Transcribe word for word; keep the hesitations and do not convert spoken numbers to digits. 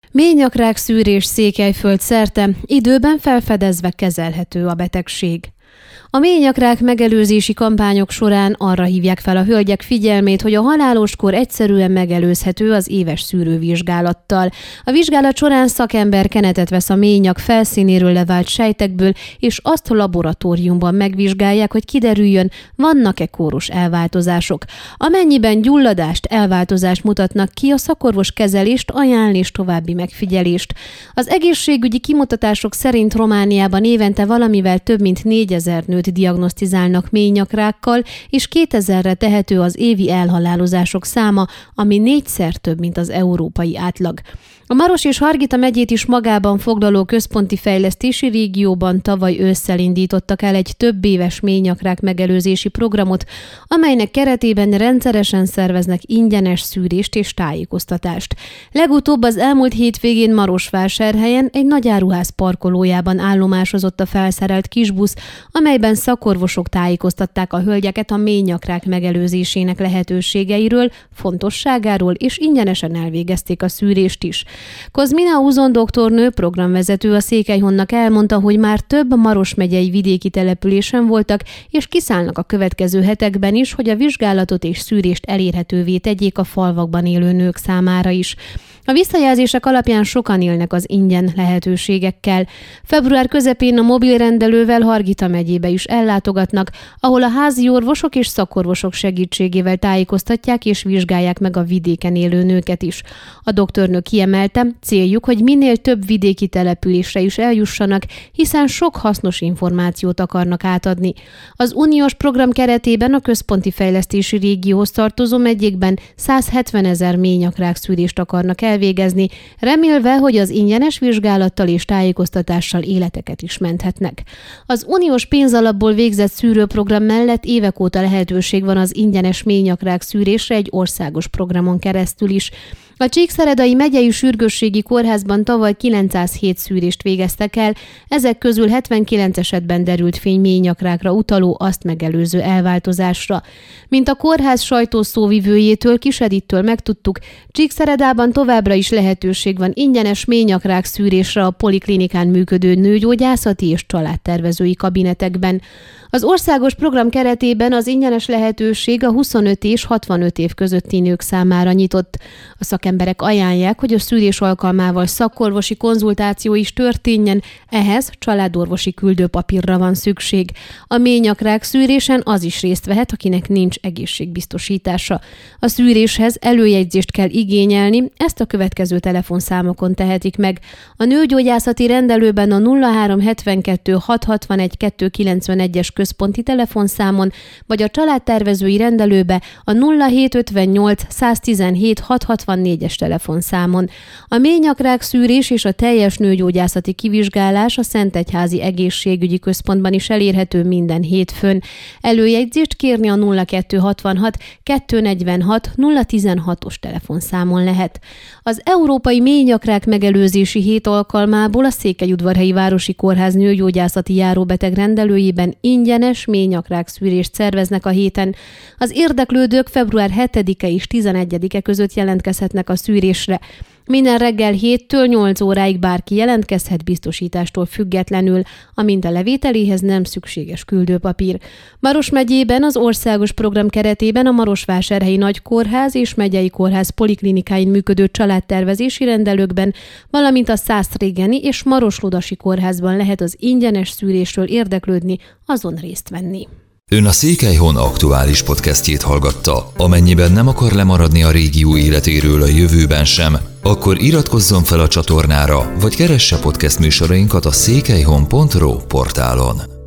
Ményakrák szűrés Székelyföld szerte, időben felfedezve kezelhető a betegség. A ményakrák megelőzési kampányok során arra hívják fel a hölgyek figyelmét, hogy a haláloskor egyszerűen megelőzhető az éves szűrővizsgálattal. A vizsgálat során szakember kenetet vesz a ményak felszínéről levált sejtekből, és azt a laboratóriumban megvizsgálják, hogy kiderüljön, vannak-e kóros elváltozások. Amennyiben gyulladást, elváltozást mutatnak ki, a szakorvos kezelést ajánl és további megfigyelést. Az egészségügyi kimutatások szerint Romániában évente valamivel több mint négyezer nőt diagnosztizálnak ményakrákkal, és kétezerre tehető az évi elhalálozások száma, ami négyszer több, mint az európai átlag. A Maros és Hargita megyét is magában foglaló központi fejlesztési régióban tavaly ősszel indítottak el egy több éves ményakrák megelőzési programot, amelynek keretében rendszeresen szerveznek ingyenes szűrést és tájékoztatást. Legutóbb az elmúlt hétvégén Marosvásárhelyen egy nagyáruház parkolójában állomásozott a felszerelt kisbusz, amelyben szakorvosok tájékoztatták a hölgyeket a ményakrák megelőzésének lehetőségeiről, fontosságáról, és ingyenesen elvégezték a szűrést is. Kozmina Uzon doktornő, programvezető a Székelyhonnak elmondta, hogy már több Maros megyei vidéki településen voltak, és kiszállnak a következő hetekben is, hogy a vizsgálatot és szűrést elérhetővé tegyék a falvakban élő nők számára is. A visszajelzések alapján sokan élnek az ingyen lehetőségekkel. Február közepén a mobilrendelővel Hargita megyébe is ellátogatnak, ahol a házi orvosok és szakorvosok segítségével tájékoztatják és vizsgálják meg a vidéken élő nőket is. A doktornő kiemelte, céljuk, hogy minél több vidéki településre is eljussanak, hiszen sok hasznos információt akarnak átadni. Az uniós program keretében a központi fejlesztési régióhoz tartozó megyékben százhetvenezer ményakrák szűrést akarnak elvégezni, remélve, hogy az ingyenes vizsgálattal és tájékoztatással életeket is menthetnek. Az uniós pénzalapból végzett szűrőprogram mellett évek óta lehetőség van az ingyenes ményakrák szűrésre egy országos programon keresztül is. A Csíkszeredai megyei sürgősségi kórházban tavaly kilencszázhét szűrést végeztek el, ezek közül hetvenkilenc esetben derült fény ményakrákra utaló, azt megelőző elváltozásra. Mint a kórház sajtószóvivőjétől, Kis Edittől megtudtuk, Csíkszeredában továbbra is lehetőség van ingyenes ményakrák szűrésre a poliklinikán működő nőgyógyászati és családtervezői kabinetekben. Az országos program keretében az ingyenes lehetőség a huszonöt és hatvanöt év közötti nők számára nyitott. A szakemberek ajánlják, hogy a szűrés alkalmával szakorvosi konzultáció is történjen, ehhez családorvosi küldőpapírra van szükség. A ményakrák szűrésen az is részt vehet, akinek nincs egészségbiztosítása. A szűréshez előjegyzést kell igényelni, ezt a következő telefonszámokon tehetik meg. A nőgyógyászati rendelőben a nulla három hetvenkettő hat hatvanegy kettőszázkilencvenegyes központi telefonszámon, vagy a családtervezői rendelőbe a nulla hét ötvennyolc száztizenhét hat hatvannégyes telefonszámon. A ményakrák szűrés és a teljes nőgyógyászati kivizsgálás a Szentegyházi Egészségügyi Központban is elérhető minden hétfőn. Előjegyzést kérni a nulla kettő hatvanhat kettőszáznegyvenhat nulla tizenhatos telefonszámon lehet. Az Európai Ményakrák Megelőzési Hét alkalmából a Székelyudvarhelyi Városi Kórház nőgyógyászati járóbeteg rendelőjében ingyenes ményakrák szűrést szerveznek a héten. Az érdeklődők február hetedike és tizenegyedike között jelentkezhetnek a szűrésre. Minden reggel héttől nyolc óráig bárki jelentkezhet biztosítástól függetlenül, amint a levételéhez nem szükséges küldőpapír. Maros megyében az országos program keretében a Marosvásárhelyi Nagykórház és megyei kórház poliklinikáin működő családtervezési rendelőkben, valamint a Szászrégeni és Marosludasi kórházban lehet az ingyenes szűrésről érdeklődni, azon részt venni. Ön a Székelyhon aktuális podcastjét hallgatta. Amennyiben nem akar lemaradni a régió életéről a jövőben sem, akkor iratkozzon fel a csatornára, vagy keresse podcast műsorainkat a székelyhon pont ro portálon.